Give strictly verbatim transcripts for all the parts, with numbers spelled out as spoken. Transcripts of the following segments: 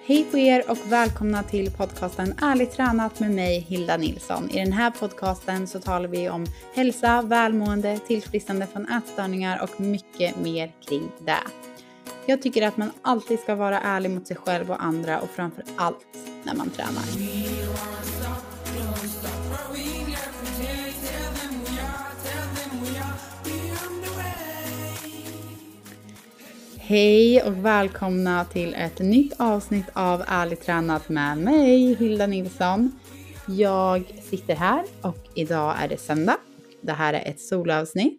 Hej på er och välkomna till podcasten Ärligt tränat med mig Hilda Nilsson. I den här podcasten så talar vi om hälsa, välmående, tillfrisknande från ätstörningar och mycket mer kring det. Jag tycker att man alltid ska vara ärlig mot sig själv och andra och framför allt när man tränar. Hej och välkomna till ett nytt avsnitt av Ärligt tränat med mig, Hilda Nilsson. Jag sitter här och idag är det söndag. Det här är ett solavsnitt.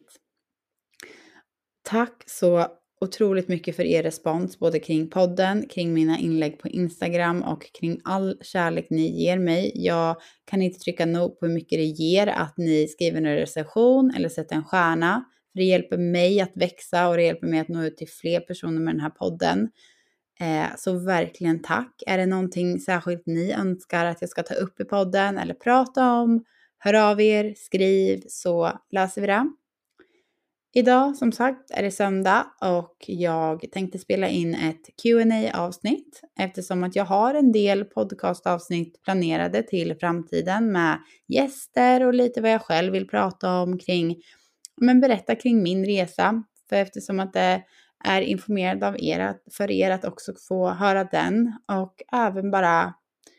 Tack så otroligt mycket för er respons både kring podden, kring mina inlägg på Instagram och kring all kärlek ni ger mig. Jag kan inte trycka nog på hur mycket det ger att ni skriver en recension eller sätter en stjärna. Det hjälper mig att växa och det hjälper mig att nå ut till fler personer med den här podden. Eh, så verkligen tack. Är det någonting särskilt ni önskar att jag ska ta upp i podden eller prata om? Hör av er, skriv så löser vi det. Idag som sagt är det söndag och jag tänkte spela in ett Q and A-avsnitt. Eftersom att jag har en del podcastavsnitt planerade till framtiden med gäster och lite vad jag själv vill prata om kring. Men berätta kring min resa, för eftersom att det är informerad av er, att, för er att också få höra den och även bara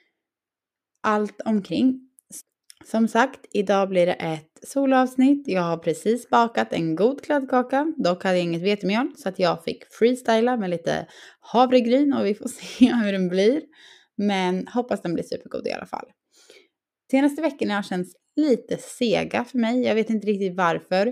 allt omkring. Som sagt, idag blir det ett solavsnitt. Jag har precis bakat en god kladdkaka, dock hade jag inget vetemjöl så att jag fick freestyla med lite havregryn och vi får se hur den blir. Men hoppas den blir supergod i alla fall. Senaste veckorna har känts lite sega för mig. Jag vet inte riktigt varför.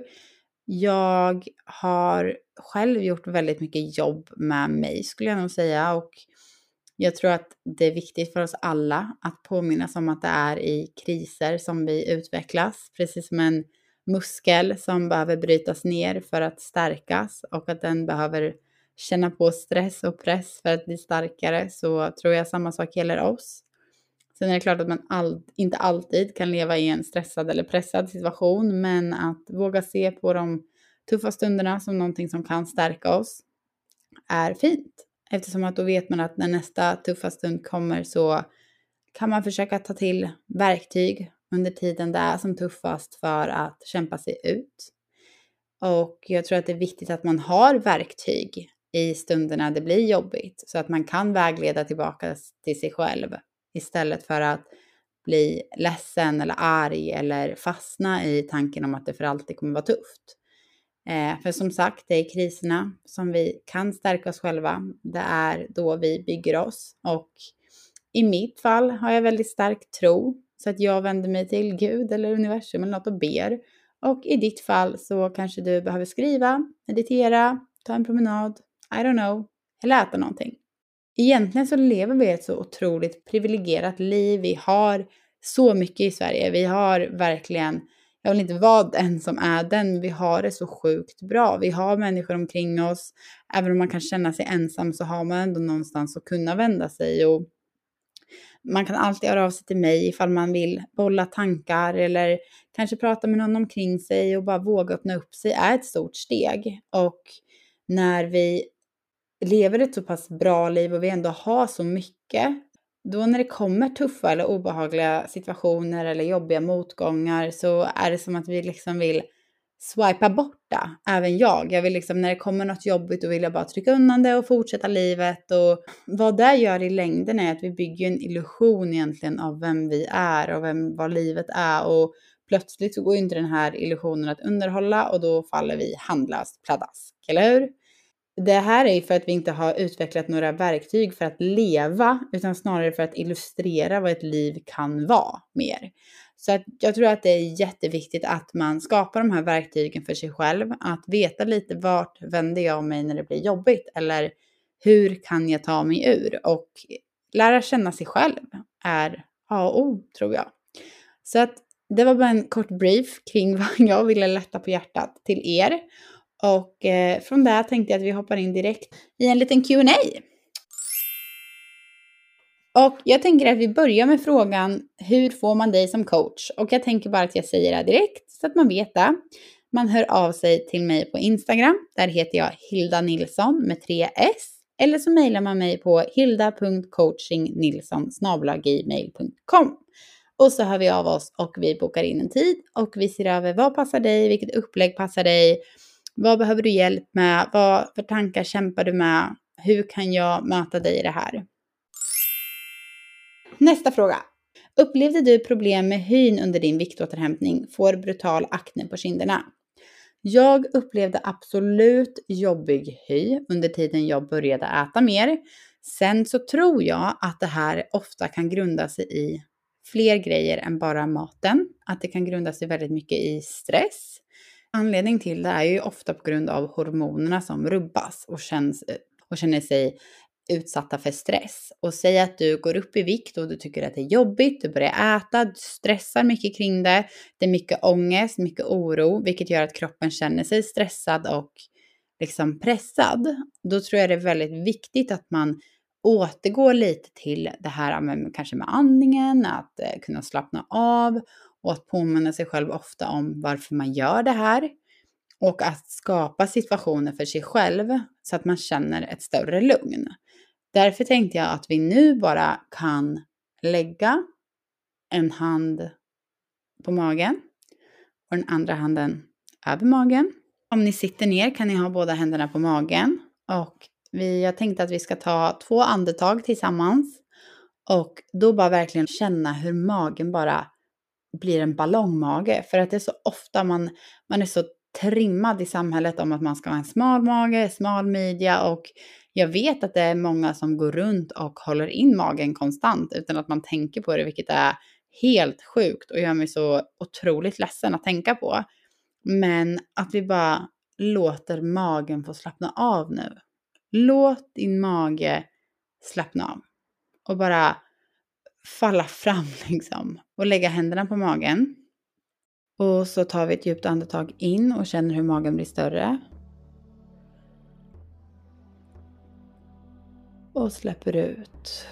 Jag har själv gjort väldigt mycket jobb med mig skulle jag nog säga. Och jag tror att det är viktigt för oss alla att påminnas om att det är i kriser som vi utvecklas. Precis som en muskel som behöver brytas ner för att stärkas. Och att den behöver känna på stress och press för att bli starkare. Så tror jag samma sak gäller oss. Sen är det klart att man all, inte alltid kan leva i en stressad eller pressad situation. Men att våga se på de tuffa stunderna som någonting som kan stärka oss är fint. Eftersom att då vet man att när nästa tuffa stund kommer så kan man försöka ta till verktyg under tiden det är som tuffast för att kämpa sig ut. Och jag tror att det är viktigt att man har verktyg i stunderna det blir jobbigt. Så att man kan vägleda tillbaka till sig själv. Istället för att bli ledsen eller arg eller fastna i tanken om att det för alltid kommer vara tufft. Eh, för som sagt, det är kriserna som vi kan stärka oss själva. Det är då vi bygger oss. Och i mitt fall har jag väldigt stark tro. Så att jag vänder mig till Gud eller universum eller något och ber. Och i ditt fall så kanske du behöver skriva, meditera, ta en promenad, I don't know, eller äta någonting. Egentligen så lever vi ett så otroligt privilegierat liv. Vi har så mycket i Sverige. Vi har verkligen, jag vill inte vara den som är den. Vi har det så sjukt bra. Vi har människor omkring oss. Även om man kan känna sig ensam så har man ändå någonstans att kunna vända sig. Och man kan alltid höra av sig till mig ifall man vill bolla tankar. Eller kanske prata med någon omkring sig och bara våga öppna upp sig är ett stort steg. Och när vi lever ett så pass bra liv och vi ändå har så mycket. Då när det kommer tuffa eller obehagliga situationer eller jobbiga motgångar så är det som att vi liksom vill swipa bort det. Även jag. Jag vill liksom när det kommer något jobbigt då vill jag bara trycka undan det och fortsätta livet. Och vad det gör i längden är att vi bygger en illusion egentligen av vem vi är och vem, vad livet är. Och plötsligt så går inte den här illusionen att underhålla och då faller vi handlöst pladask. Eller hur? Det här är för att vi inte har utvecklat några verktyg för att leva utan snarare för att illustrera vad ett liv kan vara mer. Så att jag tror att det är jätteviktigt att man skapar de här verktygen för sig själv. Att veta lite vart vänder jag mig när det blir jobbigt eller hur kan jag ta mig ur. Och lära känna sig själv är A och O tror jag. Så att det var bara en kort brief kring vad jag ville lätta på hjärtat till er. Och eh, från där tänkte jag att vi hoppar in direkt i en liten Q and A. Och jag tänker att vi börjar med frågan, hur får man dig som coach? Och jag tänker bara att jag säger det direkt så att man vet det. Man hör av sig till mig på Instagram. Där heter jag Hilda Nilsson med tre S. Eller så mejlar man mig på hilda punkt coachingnilsson snabel-a gmail punkt com. Och så hör vi av oss och vi bokar in en tid och vi ser över vad passar dig, vilket upplägg passar dig, vad behöver du hjälp med, vad för tankar kämpar du med, hur kan jag möta dig i det här. Nästa fråga. Upplevde du problem med hyn under din viktåterhämtning? Får brutal akne på kinderna? Jag upplevde absolut jobbig hy under tiden jag började äta mer. Sen så tror jag att det här ofta kan grunda sig i fler grejer än bara maten. Att det kan grunda sig väldigt mycket i stress. Anledning till det är ju ofta på grund av hormonerna som rubbas och, känns, och känner sig utsatta för stress. Och säg att du går upp i vikt och du tycker att det är jobbigt, du börjar äta, du stressar mycket kring det. Det är mycket ångest, mycket oro, vilket gör att kroppen känner sig stressad och liksom pressad. Då tror jag det är väldigt viktigt att man återgår lite till det här med, kanske med andningen, att eh, kunna slappna av och att påminna sig själv ofta om varför man gör det här. Och att skapa situationer för sig själv så att man känner ett större lugn. Därför tänkte jag att vi nu bara kan lägga en hand på magen och den andra handen över magen. Om ni sitter ner kan ni ha båda händerna på magen. Och vi, jag tänkte att vi ska ta två andetag tillsammans. Och då bara verkligen känna hur magen bara blir en ballongmage. För att det är så ofta man, man är så trimmad i samhället om att man ska ha en smal mage, smal midja, och jag vet att det är många som går runt och håller in magen konstant utan att man tänker på det, vilket är helt sjukt och gör mig så otroligt ledsen att tänka på. Men att vi bara låter magen få slappna av nu. Låt din mage slappna av och bara falla fram liksom och lägga händerna på magen. Och så tar vi ett djupt andetag in och känner hur magen blir större. Och släpper ut.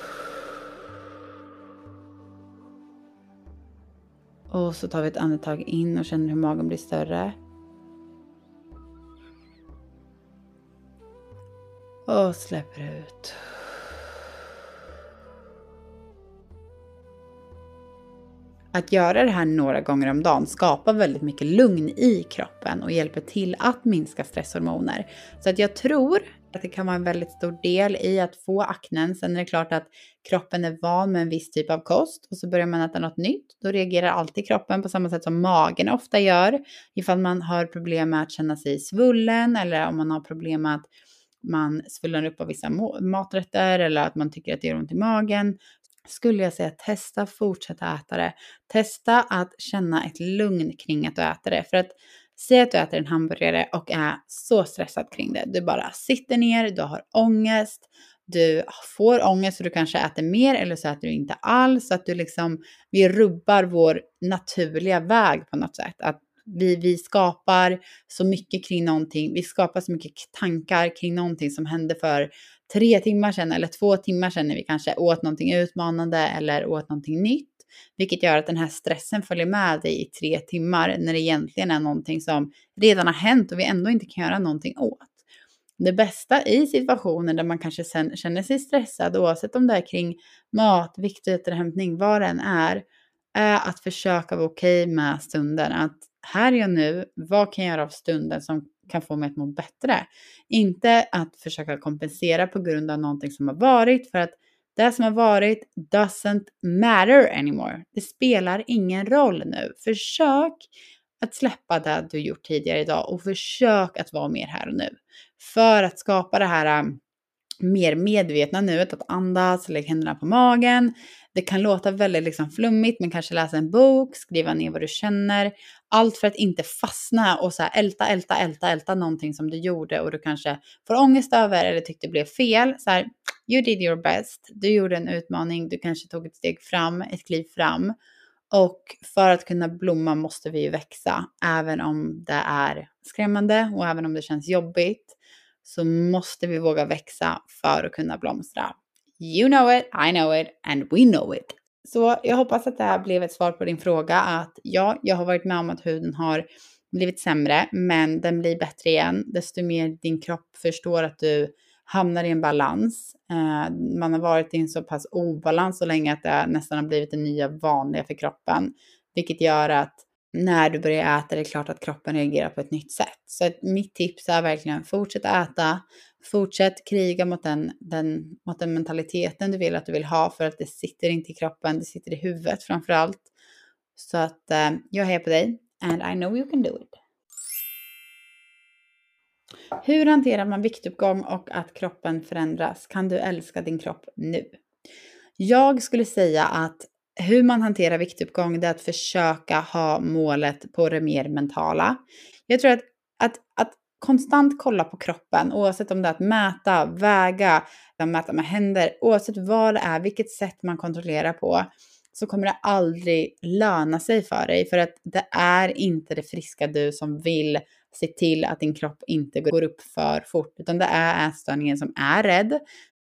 Och så tar vi ett andetag in och känner hur magen blir större. Och släpper ut. Att göra det här några gånger om dagen skapar väldigt mycket lugn i kroppen och hjälper till att minska stresshormoner. Så att jag tror att det kan vara en väldigt stor del i att få aknen. Sen är det klart att kroppen är van med en viss typ av kost och så börjar man äta något nytt. Då reagerar alltid kroppen på samma sätt som magen ofta gör. Ifall man har problem med att känna sig svullen eller om man har problem med att man svullnar upp av vissa maträtter eller att man tycker att det gör ont i magen. Skulle jag säga testa fortsätta äta det. Testa att känna ett lugn kring att du äter det. För att säga att du äter en hamburgare och är så stressad kring det. Du bara sitter ner, du har ångest. Du får ångest och du kanske äter mer eller så äter du inte alls. Så att du liksom, vi rubbar vår naturliga väg på något sätt. Att vi, vi skapar så mycket kring någonting. Vi skapar så mycket tankar kring någonting som hände för tre timmar sedan eller två timmar sedan när vi kanske åt någonting utmanande eller åt någonting nytt. Vilket gör att den här stressen följer med dig i tre timmar när det egentligen är någonting som redan har hänt och vi ändå inte kan göra någonting åt. Det bästa i situationer där man kanske sen känner sig stressad, oavsett om det är kring mat, viktåterhämtning, vad den är, är att försöka vara okej med stunden. Att här är jag nu, vad kan jag göra av stunden som kan få mig att må bättre? Inte att försöka kompensera på grund av någonting som har varit, för att det som har varit doesn't matter anymore. Det spelar ingen roll nu. Försök att släppa det du gjort tidigare idag och försök att vara mer här och nu. För att skapa det här um, mer medvetna nuet, att andas, lägga händerna på magen. Det kan låta väldigt liksom flummigt, men kanske läsa en bok, skriva ner vad du känner. Allt för att inte fastna och så här älta, älta, älta, älta någonting som du gjorde och du kanske får ångest över eller tyckte blev fel. Så här, you did your best. Du gjorde en utmaning, du kanske tog ett steg fram, ett kliv fram. Och för att kunna blomma måste vi ju växa. Även om det är skrämmande och även om det känns jobbigt, så måste vi våga växa för att kunna blomstra. You know it, I know it, and we know it. Så jag hoppas att det här blev ett svar på din fråga. Att ja, jag har varit med om att huden har blivit sämre, men den blir bättre igen. Desto mer din kropp förstår att du hamnar i en balans. Eh, man har varit i en så pass obalans så länge att det nästan har blivit det nya vanliga för kroppen. Vilket gör att när du börjar äta det är klart att kroppen reagerar på ett nytt sätt. Så att mitt tips är verkligen fortsätt äta. Fortsätt kriga mot den, den, mot den mentaliteten du vill att du vill ha. För att det sitter inte i kroppen, det sitter i huvudet framförallt. Så att eh, jag är på dig. And I know you can do it. Hur hanterar man viktuppgång och att kroppen förändras? Kan du älska din kropp nu? Jag skulle säga att hur man hanterar viktuppgång är att försöka ha målet på det mer mentala. Jag tror att, att, att konstant kolla på kroppen, oavsett om det är att mäta, väga, mäta med händer, oavsett vad det är, vilket sätt man kontrollerar på, så kommer det aldrig löna sig för dig. För att det är inte det friska du som vill se till att din kropp inte går upp för fort, utan det är ätstörningen som är rädd.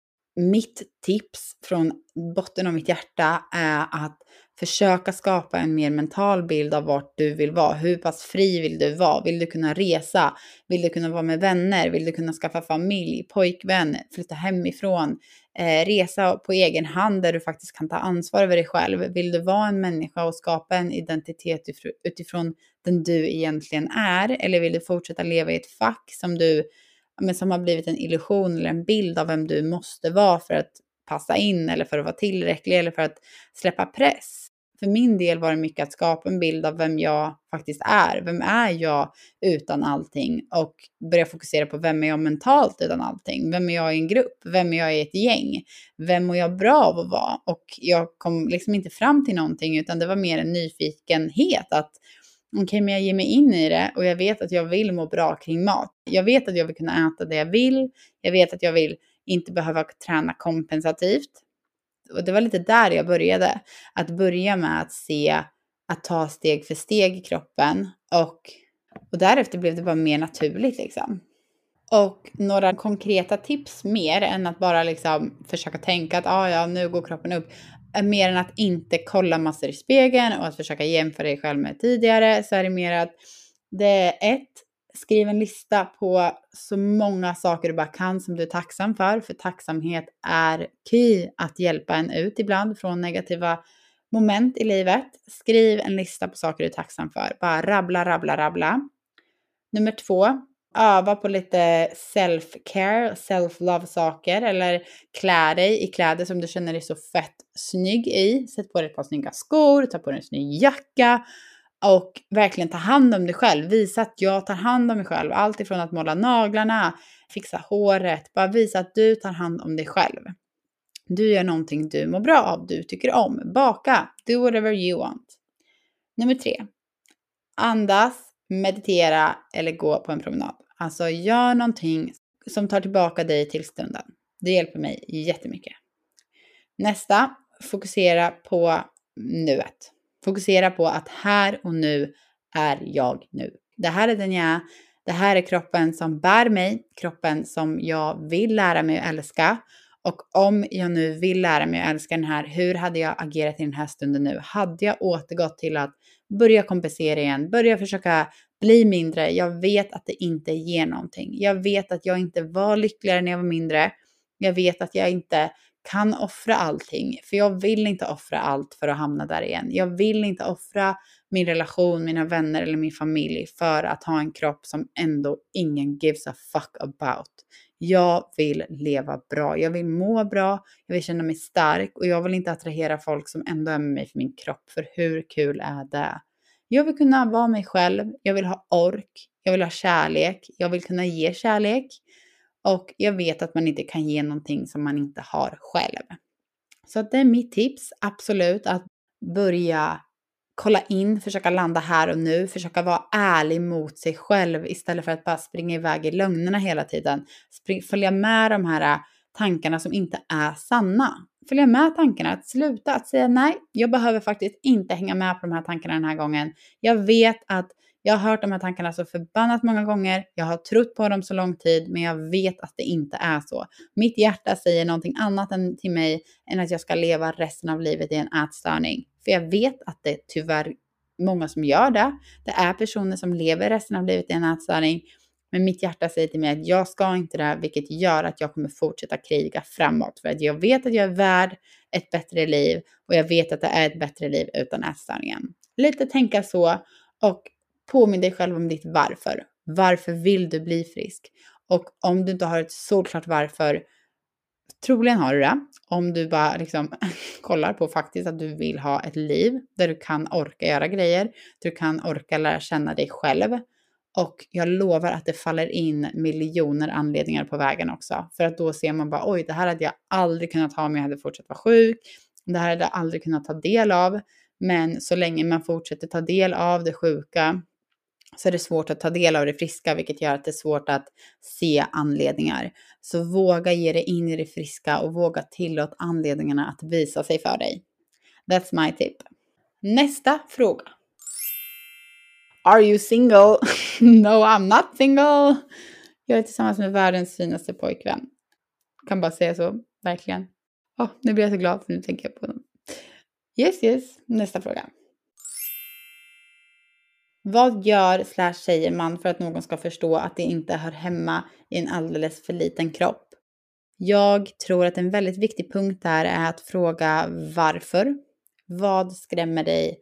Mitt tips från botten av mitt hjärta är att försöka skapa en mer mental bild av vart du vill vara. Hur pass fri vill du vara? Vill du kunna resa? Vill du kunna vara med vänner? Vill du kunna skaffa familj, pojkvän, flytta hemifrån? Eh, resa på egen hand där du faktiskt kan ta ansvar över dig själv. Vill du vara en människa och skapa en identitet utifrån den du egentligen är? Eller vill du fortsätta leva i ett fack som du men som har blivit en illusion eller en bild av vem du måste vara för att passa in eller för att vara tillräcklig eller för att släppa press? För min del var det mycket att skapa en bild av vem jag faktiskt är. Vem är jag utan allting? Och börja fokusera på vem är jag mentalt utan allting? Vem är jag i en grupp? Vem är jag i ett gäng? Vem mår jag bra av att vara? Och jag kom liksom inte fram till någonting, utan det var mer en nyfikenhet att okej, okay, men jag ger mig in i det och jag vet att jag vill må bra kring mat. Jag vet att jag vill kunna äta det jag vill. Jag vet att jag vill inte behöva träna kompensativt. Och det var lite där jag började. Att börja med att se, att ta steg för steg i kroppen. Och, och därefter blev det bara mer naturligt liksom. Och några konkreta tips mer än att bara liksom försöka tänka att ah, ja, nu går kroppen upp. Mer än att inte kolla massor i spegeln och att försöka jämföra dig själv med tidigare, så är det mer att det är ett, skriv en lista på så många saker du bara kan som du är tacksam för. För tacksamhet är key att hjälpa en ut ibland från negativa moment i livet. Skriv en lista på saker du är tacksam för. Bara rabbla, rabbla, rabbla. Nummer två. Öva på lite self-care, self-love saker. Eller klä dig i kläder som du känner dig så fett snygg i. Sätt på dig ett par snygga skor, ta på dig en snygg jacka. Och verkligen ta hand om dig själv. Visa att jag tar hand om mig själv. Allt ifrån att måla naglarna, fixa håret. Bara visa att du tar hand om dig själv. Du gör någonting du mår bra av, du tycker om. Baka, do whatever you want. Nummer tre. Andas, meditera eller gå på en promenad. Alltså gör någonting som tar tillbaka dig till stunden. Det hjälper mig jättemycket. Nästa, fokusera på nuet. Fokusera på att här och nu är jag nu. Det här är den jag är. Det här är kroppen som bär mig. Kroppen som jag vill lära mig att älska. Och om jag nu vill lära mig att älska den här, hur hade jag agerat i den här stunden nu? Hade jag återgått till att börja kompensera igen? Börja försöka bli mindre? Jag vet att det inte ger någonting. Jag vet att jag inte var lyckligare när jag var mindre. Jag vet att jag inte kan offra allting. För jag vill inte offra allt för att hamna där igen. Jag vill inte offra min relation, mina vänner eller min familj för att ha en kropp som ändå ingen gives a fuck about. Jag vill leva bra. Jag vill må bra. Jag vill känna mig stark. Och jag vill inte attrahera folk som ändå är med mig för min kropp. För hur kul är det? Jag vill kunna vara mig själv. Jag vill ha ork. Jag vill ha kärlek. Jag vill kunna ge kärlek. Och jag vet att man inte kan ge någonting som man inte har själv. Så det är mitt tips. Absolut att börja kolla in, försöka landa här och nu, försöka vara ärlig mot sig själv istället för att bara springa iväg i lögnerna hela tiden. Spring, följa med de här tankarna som inte är sanna. Följa med tankarna, att sluta att säga nej, jag behöver faktiskt inte hänga med på de här tankarna den här gången. Jag vet att jag har hört de här tankarna så förbannat många gånger. Jag har trott på dem så lång tid, men jag vet att det inte är så. Mitt hjärta säger någonting annat än till mig än att jag ska leva resten av livet i en ätstörning. För jag vet att det är tyvärr många som gör det. Det är personer som lever resten av livet i en ätstörning. Men mitt hjärta säger till mig att jag ska inte det här, vilket gör att jag kommer fortsätta kriga framåt. För att jag vet att jag är värd ett bättre liv och jag vet att det är ett bättre liv utan ätstörningen. Lite tänka så och påminn dig själv om ditt varför. Varför vill du bli frisk? Och om du inte har ett såklart varför, troligen har du det. Om du bara liksom kollar på faktiskt att du vill ha ett liv där du kan orka göra grejer. Du kan orka lära känna dig själv. Och jag lovar att det faller in miljoner anledningar på vägen också. För att då ser man bara, oj, det här hade jag aldrig kunnat ha om jag hade fortsatt vara sjuk. Det här hade jag aldrig kunnat ta del av. Men så länge man fortsätter ta del av det sjuka så är det svårt att ta del av det friska, vilket gör att det är svårt att se anledningar. Så våga ge dig in i det friska och våga tillåt anledningarna att visa sig för dig. That's my tip. Nästa fråga. Are you single? No, I'm not single. Jag är tillsammans med världens finaste pojkvän. Kan bara säga så, verkligen. Oh, nu blir jag så glad för nu tänker jag på dem. Yes, yes. Nästa fråga. Vad gör slash säger man för att någon ska förstå att det inte hör hemma i en alldeles för liten kropp? Jag tror att en väldigt viktig punkt där är att fråga varför. Vad skrämmer dig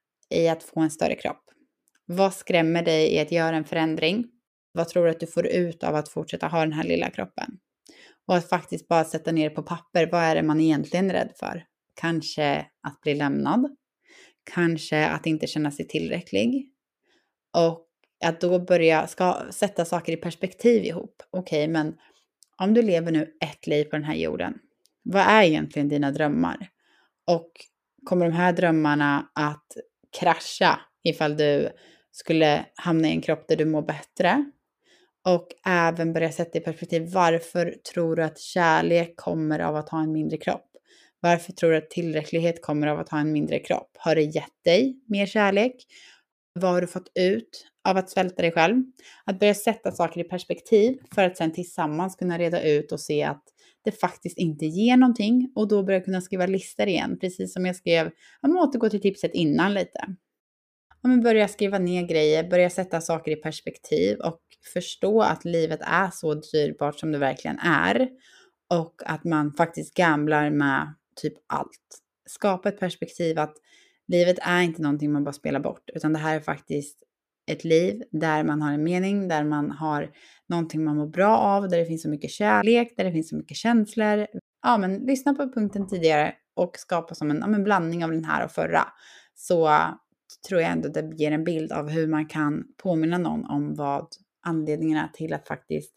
i att få en större kropp? Vad skrämmer dig i att göra en förändring? Vad tror du att du får ut av att fortsätta ha den här lilla kroppen? Och att faktiskt bara sätta ner på papper, vad är det man egentligen är rädd för? Kanske att bli lämnad. Kanske att inte känna sig tillräcklig. Och att då börja ska, sätta saker i perspektiv ihop. Okej, men om du lever nu ett liv på den här jorden. Vad är egentligen dina drömmar? Och kommer de här drömmarna att krascha ifall du skulle hamna i en kropp där du mår bättre? Och även börja sätta i perspektiv, varför tror du att kärlek kommer av att ha en mindre kropp? Varför tror du att tillräcklighet kommer av att ha en mindre kropp? Har det gett dig mer kärlek? Vad har du fått ut av att svälta dig själv? Att börja sätta saker i perspektiv för att sen tillsammans kunna reda ut och se att det faktiskt inte ger någonting. Och då börja kunna skriva listor igen. Precis som jag skrev, jag må återgå till tipset innan lite. Ja, men börja skriva ner grejer, börja sätta saker i perspektiv och förstå att livet är så dyrbart som det verkligen är. Och att man faktiskt gamblar med typ allt. Skapa ett perspektiv att livet är inte någonting man bara spelar bort. Utan det här är faktiskt ett liv där man har en mening, där man har någonting man mår bra av, där det finns så mycket kärlek, där det finns så mycket känslor. Ja, men lyssna på punkten tidigare och skapa som en, ja, en blandning av den här och förra. Så tror jag ändå det ger en bild av hur man kan påminna någon om vad anledningen är till att faktiskt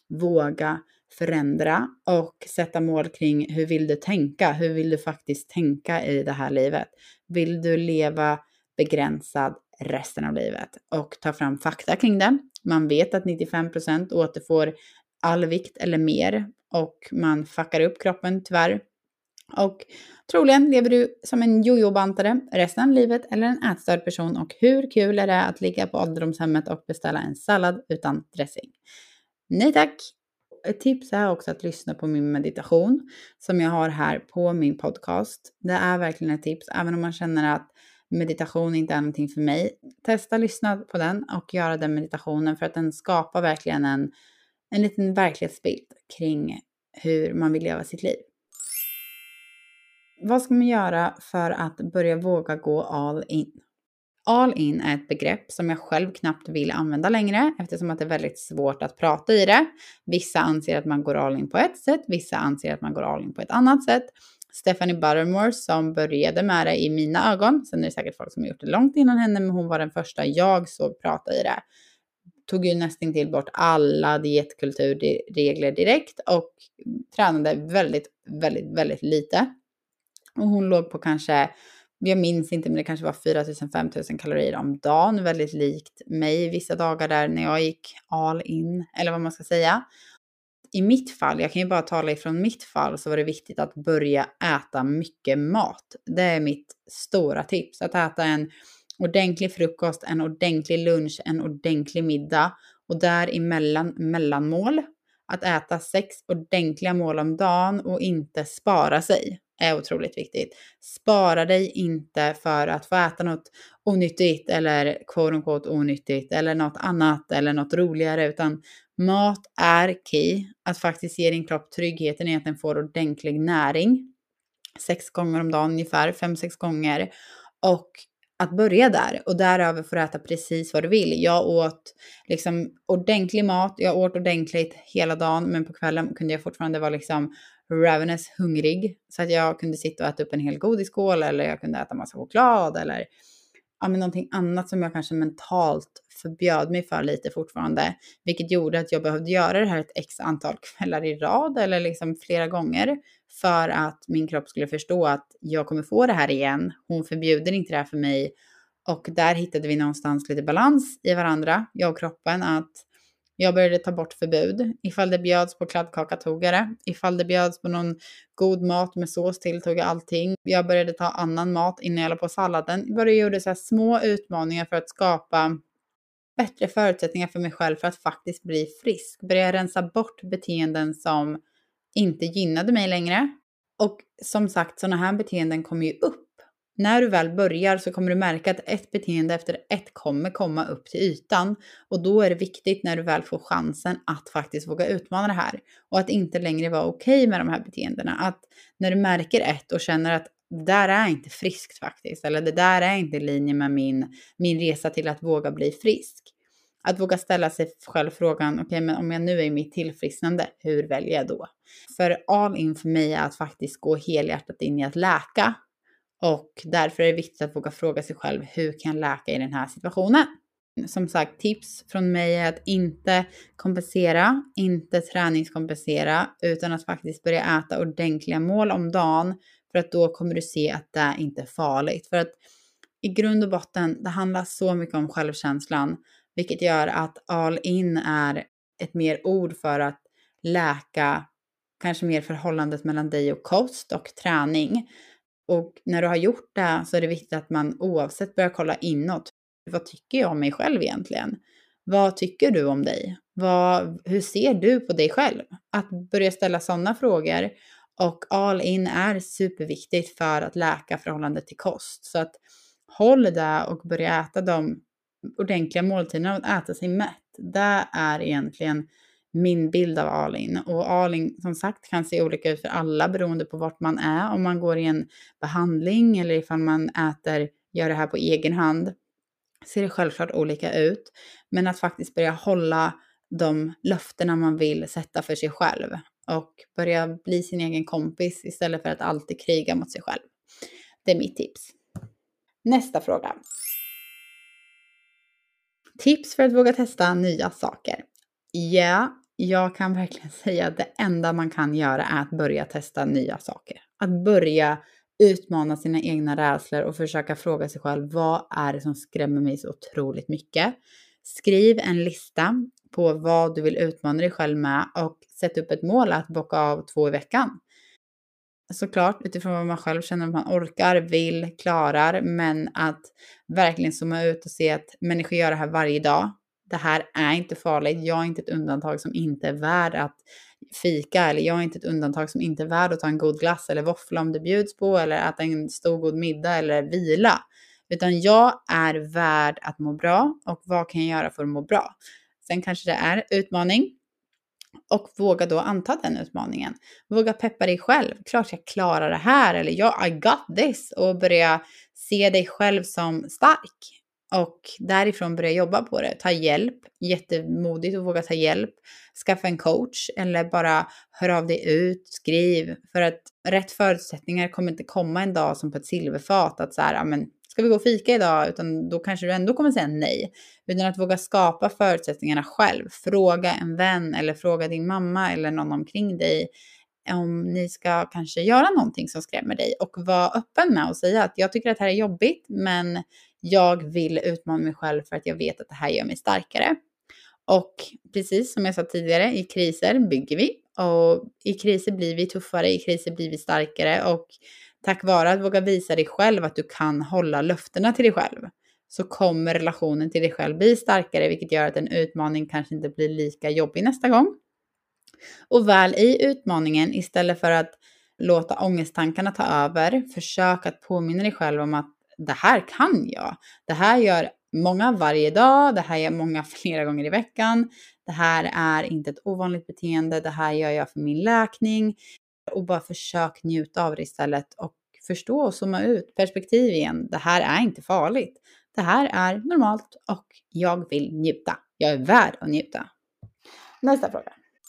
våga förändra och sätta mål kring hur vill du tänka? Hur vill du faktiskt tänka i det här livet? Vill du leva begränsad resten av livet? Och ta fram fakta kring det. Man vet att nittiofem procent återfår all vikt eller mer och man fuckar upp kroppen tyvärr. Och troligen lever du som en jojo-bantare resten av livet eller en ätstörd person. Och hur kul är det att ligga på ålderdomshemmet och beställa en sallad utan dressing? Nej tack! Ett tips är också att lyssna på min meditation som jag har här på min podcast. Det är verkligen ett tips, även om man känner att meditation inte är någonting för mig. Testa lyssna på den och göra den meditationen för att den skapar verkligen en, en liten verklighetsbild kring hur man vill leva sitt liv. Vad ska man göra för att börja våga gå all in? All in är ett begrepp som jag själv knappt vill använda längre eftersom att det är väldigt svårt att prata i det. Vissa anser att man går all in på ett sätt, vissa anser att man går all in på ett annat sätt. Stephanie Buttermore som började med det i mina ögon, sen är det säkert folk som har gjort det långt innan henne, men hon var den första jag såg prata i det. Tog ju nästan till bort alla dietkulturregler direkt och tränade väldigt, väldigt, väldigt lite. Och hon låg på kanske, jag minns inte, men det kanske var fyra tusen till fem tusen kalorier om dagen. Väldigt likt mig vissa dagar där när jag gick all in, eller vad man ska säga. I mitt fall, jag kan ju bara tala ifrån mitt fall, så var det viktigt att börja äta mycket mat. Det är mitt stora tips. Att äta en ordentlig frukost, en ordentlig lunch, en ordentlig middag. Och däremellan mellanmål. Att äta sex ordentliga mål om dagen och inte spara sig. är otroligt viktigt. Spara dig inte för att få äta något onyttigt eller quote unquote onyttigt eller något annat eller något roligare, utan mat är key. Att faktiskt ge din kropp tryggheten i att den får ordentlig näring. Sex gånger om dagen ungefär, fem, sex gånger. Och att börja där och däröver får du äta precis vad du vill. Jag åt liksom ordentlig mat, jag åt ordentligt hela dagen, men på kvällen kunde jag fortfarande vara liksom ravenous hungrig. Så att jag kunde sitta och äta upp en hel godisskål, eller jag kunde äta massa choklad, eller ja, men någonting annat som jag kanske mentalt förbjöd mig för lite fortfarande. Vilket gjorde att jag behövde göra det här ett x antal kvällar i rad, eller liksom flera gånger. För att min kropp skulle förstå att jag kommer få det här igen. Hon förbjuder inte det här för mig. Och där hittade vi någonstans lite balans i varandra, jag och kroppen. Att jag började ta bort förbud. Ifall det bjöds på kladdkaka tog jag det. Ifall det bjöds på någon god mat med sås till tog jag allting. Jag började ta annan mat innan jag la på salladen. Jag började göra så här små utmaningar för att skapa bättre förutsättningar för mig själv för att faktiskt bli frisk. Börja rensa bort beteenden som inte gynnade mig längre. Och som sagt, sådana här beteenden kommer ju upp. När du väl börjar så kommer du märka att ett beteende efter ett kommer komma upp till ytan. Och då är det viktigt när du väl får chansen att faktiskt våga utmana det här. Och att inte längre vara okej med de här beteendena. Att när du märker ett och känner att det där är inte friskt faktiskt. Eller det där är inte i linje med min, min resa till att våga bli frisk. Att våga ställa sig själv frågan, okej, okay, men om jag nu är i mitt tillfrisknande, hur väljer jag då? För all in för mig är att faktiskt gå helhjärtat in i att läka. Och därför är det viktigt att våga fråga sig själv, hur kan jag läka i den här situationen? Som sagt, tips från mig är att inte kompensera, inte träningskompensera, utan att faktiskt börja äta ordentliga mål om dagen. För att då kommer du se att det inte är farligt. För att i grund och botten, det handlar så mycket om självkänslan. Vilket gör att all in är ett mer ord för att läka kanske mer förhållandet mellan dig och kost och träning. Och när du har gjort det så är det viktigt att man oavsett börjar kolla inåt. Vad tycker jag om mig själv egentligen? Vad tycker du om dig? Vad, hur ser du på dig själv? Att börja ställa sådana frågor. Och all in är superviktigt för att läka förhållandet till kost. Så att håll det och börja äta de ordentliga måltiderna och äta sig mätt. Det är egentligen min bild av all in. Och all in som sagt kan se olika ut för alla beroende på vart man är. Om man går i en behandling eller ifall man äter, gör det här på egen hand. Ser det självklart olika ut. Men att faktiskt börja hålla de löftena man vill sätta för sig själv. Och börja bli sin egen kompis istället för att alltid kriga mot sig själv. Det är mitt tips. Nästa fråga. Tips för att våga testa nya saker. Ja, jag kan verkligen säga att det enda man kan göra är att börja testa nya saker. Att börja utmana sina egna rädslor och försöka fråga sig själv, vad är det som skrämmer mig så otroligt mycket? Skriv en lista på vad du vill utmana dig själv med och sätt upp ett mål att bocka av två i veckan. Såklart utifrån vad man själv känner att man orkar, vill, klarar, men att verkligen zooma ut och se att människor gör det här varje dag. Det här är inte farligt. Jag är inte ett undantag som inte är värd att fika, eller jag är inte ett undantag som inte är värd att ta en god glass eller våffla om det bjuds på, eller äta en stor god middag eller vila. Utan jag är värd att må bra, och vad kan jag göra för att må bra? Sen kanske det är utmaning. Och våga då anta den utmaningen. Våga peppa dig själv. Klart jag klarar det här. Eller ja, I got this. Och börja se dig själv som stark. Och därifrån börja jobba på det. Ta hjälp. Jättemodigt att våga ta hjälp. Skaffa en coach. Eller bara hör av dig ut. Skriv. För att rätt förutsättningar kommer inte komma en dag som på ett silverfat. Att så här, ja men ska vi gå och fika idag? Utan då kanske du ändå kommer säga nej. Utan att våga skapa förutsättningarna själv. Fråga en vän eller fråga din mamma eller någon omkring dig. Om ni ska kanske göra någonting som skrämmer dig. Och vara öppen med och säga att jag tycker att det här är jobbigt. Men jag vill utmana mig själv för att jag vet att det här gör mig starkare. Och precis som jag sa tidigare, i kriser bygger vi. Och i kriser blir vi tuffare, i kriser blir vi starkare. Och tack vare att våga visa dig själv att du kan hålla löftena till dig själv, så kommer relationen till dig själv bli starkare, vilket gör att en utmaning kanske inte blir lika jobbig nästa gång. Och väl i utmaningen, istället för att låta ångesttankarna ta över. Försök att påminna dig själv om att det här kan jag. Det här gör många varje dag. Det här gör många flera gånger i veckan. Det här är inte ett ovanligt beteende. Det här gör jag för min läkning. Och bara försök njuta av det istället. Och förstå och zooma ut perspektiv igen. Det här är inte farligt. Det här är normalt och jag vill njuta. Jag är värd att njuta. Nästa fråga.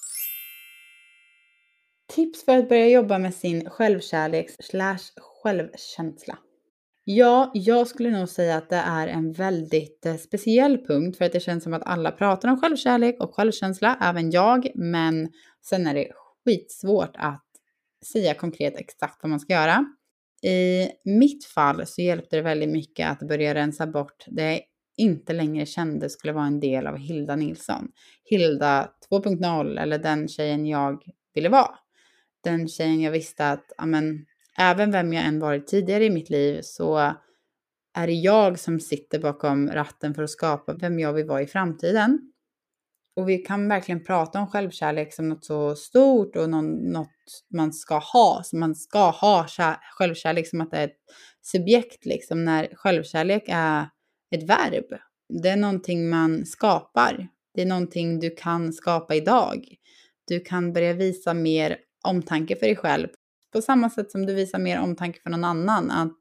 Tips för att börja jobba med sin självkärlek slash självkänsla. Ja, jag skulle nog säga att det är en väldigt eh, speciell punkt. För att det känns som att alla pratar om självkärlek och självkänsla. Även jag. Men sen är det skitsvårt att säga konkret exakt vad man ska göra. I mitt fall så hjälpte det väldigt mycket att börja rensa bort det jag inte längre kände skulle vara en del av Hilda Nilsson. Hilda två punkt noll eller den tjejen jag ville vara. Den tjejen jag visste att amen, även vem jag än varit tidigare i mitt liv så är det jag som sitter bakom ratten för att skapa vem jag vill vara i framtiden. Och vi kan verkligen prata om självkärlek som något så stort och någon, något man ska ha. Som man ska ha kär, självkärlek som att det är ett subjekt liksom. När självkärlek är ett verb. Det är någonting man skapar. Det är någonting du kan skapa idag. Du kan börja visa mer omtanke för dig själv. På samma sätt som du visar mer omtanke för någon annan. Att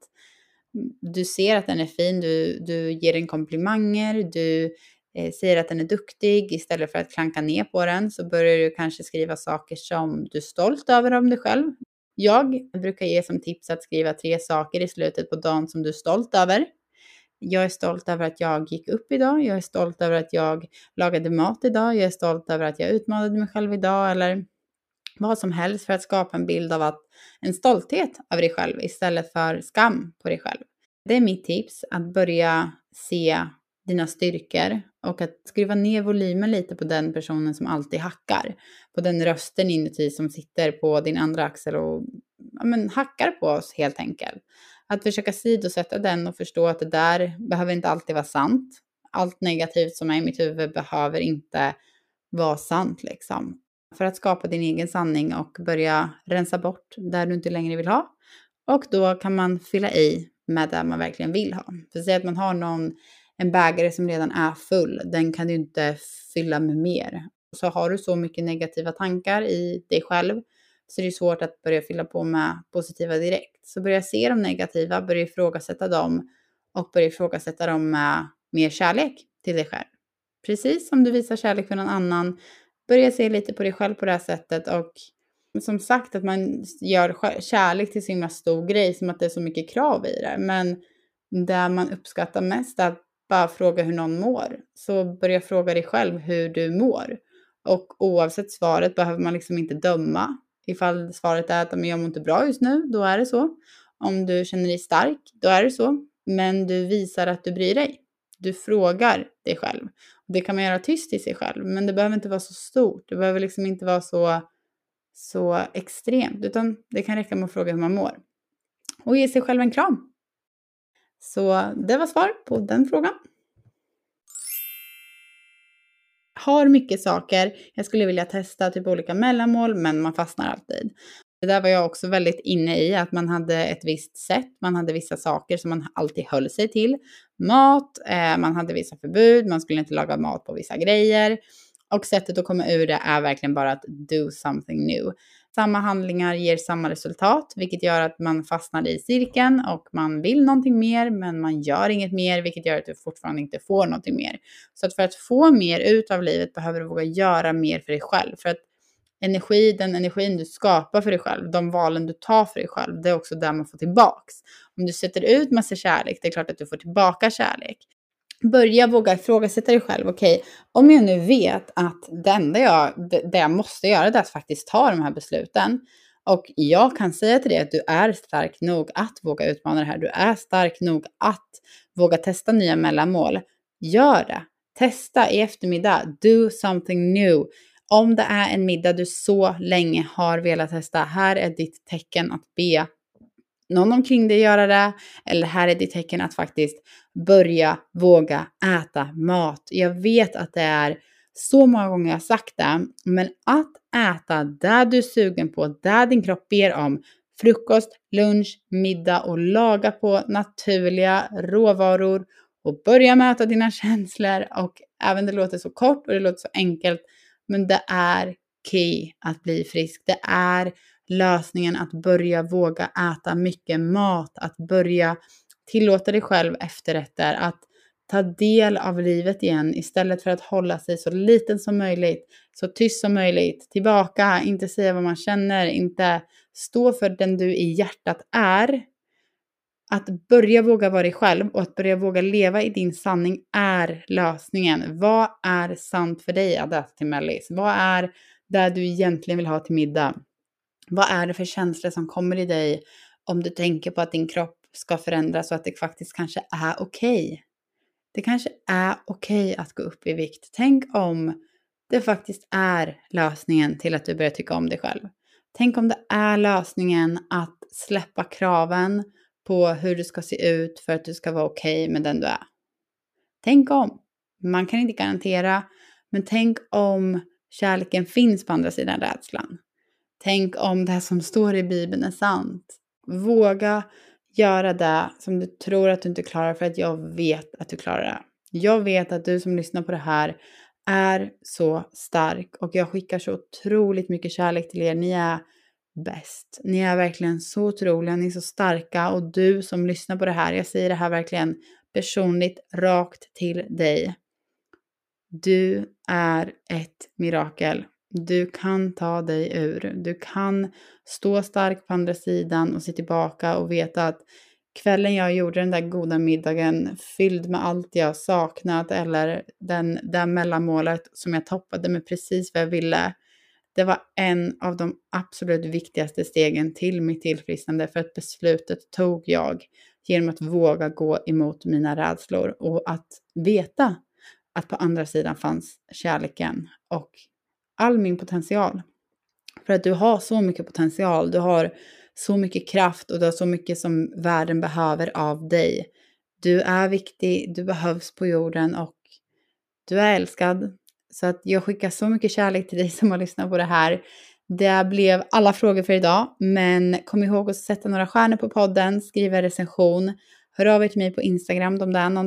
du ser att den är fin. Du, du ger den komplimanger. Du säger att den är duktig istället för att klanka ner på den, så börjar du kanske skriva saker som du är stolt över om dig själv. Jag brukar ge som tips att skriva tre saker i slutet på dagen som du är stolt över. Jag är stolt över att jag gick upp idag. Jag är stolt över att jag lagade mat idag. Jag är stolt över att jag utmanade mig själv idag. Eller vad som helst för att skapa en bild av att en stolthet över dig själv istället för skam på dig själv. Det är mitt tips, att börja se dina styrkor och att skruva ner volymen lite på den personen som alltid hackar. På den rösten inuti som sitter på din andra axel och ja, men, hackar på oss helt enkelt. Att försöka sidosätta den och förstå att det där behöver inte alltid vara sant. Allt negativt som är i mitt huvud behöver inte vara sant liksom. För att skapa din egen sanning och börja rensa bort där du inte längre vill ha. Och då kan man fylla i med det man verkligen vill ha. För att säga att man har någon en bägare som redan är full, den kan du inte fylla med mer. Så har du så mycket negativa tankar i dig själv så det är svårt att börja fylla på med positiva direkt. Så börja se de negativa, börja ifrågasätta dem och börja ifrågasätta dem med mer kärlek till dig själv. Precis som du visar kärlek för någon annan, börja se lite på dig själv på det här sättet. Och som sagt att man gör kärlek till sin stor grej som att det är så mycket krav i det. Men det man uppskattar mest är att bara fråga hur någon mår. Så börja fråga dig själv hur du mår. Och oavsett svaret behöver man liksom inte döma. Ifall svaret är att jag mår inte bra just nu, då är det så. Om du känner dig stark, då är det så. Men du visar att du bryr dig. Du frågar dig själv. Det kan man göra tyst i sig själv. Men det behöver inte vara så stort. Det behöver liksom inte vara så, så extremt. Utan det kan räcka med att fråga hur man mår. Och ge sig själv en kram. Så det var svar på den frågan. Har mycket saker. Jag skulle vilja testa typ olika mellanmål, men man fastnar alltid. Det där var jag också väldigt inne i, att man hade ett visst sätt. Man hade vissa saker som man alltid höll sig till. Mat, eh, man hade vissa förbud. Man skulle inte laga mat på vissa grejer. Och sättet att komma ur det är verkligen bara att do something new. Samma handlingar ger samma resultat, vilket gör att man fastnar i cirkeln och man vill någonting mer, men man gör inget mer, vilket gör att du fortfarande inte får någonting mer. Så att för att få mer ut av livet behöver du våga göra mer för dig själv. För att energi, den energin du skapar för dig själv, de valen du tar för dig själv, det är också där man får tillbaks. Om du sätter ut massa kärlek, det är klart att du får tillbaka kärlek. Börja våga ifrågasätta dig själv. Okej, om jag nu vet att det enda jag, det, det jag måste göra är att faktiskt ta de här besluten. Och jag kan säga till dig att du är stark nog att våga utmana det här. Du är stark nog att våga testa nya mellanmål. Gör det. Testa i eftermiddag. Do something new. Om det är en middag du så länge har velat testa, här är ditt tecken att be någon omkring dig göra det. Eller här är ditt tecken att faktiskt börja våga äta mat. Jag vet att det är Så många gånger jag har sagt det, men att äta det du är sugen på, det din kropp ber om, frukost, lunch, middag och laga på naturliga råvaror och börja möta dina känslor, och även det låter så kort och det låter så enkelt, men det är key att bli frisk. Det är lösningen att börja våga äta mycket mat, att börja tillåta dig själv efterrätter, att ta del av livet igen istället för att hålla sig så liten som möjligt, så tyst som möjligt, tillbaka, inte säga vad man känner, inte stå för den du i hjärtat är. Att börja våga vara dig själv och att börja våga leva i din sanning är lösningen. Vad är sant för dig att äta till mellis? Vad är det du egentligen vill ha till middag? Vad är det för känslor som kommer i dig om du tänker på att din kropp ska förändras och att det faktiskt kanske är okej? Okay? Det kanske är okej okay att gå upp i vikt. Tänk om det faktiskt är lösningen till att du börjar tycka om dig själv. Tänk om det är lösningen att släppa kraven på hur du ska se ut för att du ska vara okej okay med den du är. Tänk om. Man kan inte garantera, men tänk om kärleken finns på andra sidan rädslan. Tänk om det som står i Bibeln är sant. Våga göra det som du tror att du inte klarar, för att jag vet att du klarar det. Jag vet att du som lyssnar på det här är så stark, och jag skickar så otroligt mycket kärlek till er. Ni är bäst. Ni är verkligen så otroliga, ni är så starka, och du som lyssnar på det här, jag säger det här verkligen personligt, rakt till dig. Du är ett mirakel. Du kan ta dig ur. Du kan stå stark på andra sidan och se tillbaka och veta att kvällen jag gjorde den där goda middagen fylld med allt jag saknat, eller den där mellanmålet som jag toppade med precis vad jag ville, det var en av de absolut viktigaste stegen till mitt tillfrisknande, för att beslutet tog jag genom att våga gå emot mina rädslor och att veta att på andra sidan fanns kärleken och all min potential. För att du har så mycket potential, du har så mycket kraft och du har så mycket som världen behöver av dig. Du är viktig, du behövs på jorden och du är älskad. Så att jag skickar så mycket kärlek till dig som har lyssnat på det här. Det blev alla frågor för idag, men kom ihåg att sätta några stjärnor på podden, skriva recension, hör av er till mig på Instagram om det är någon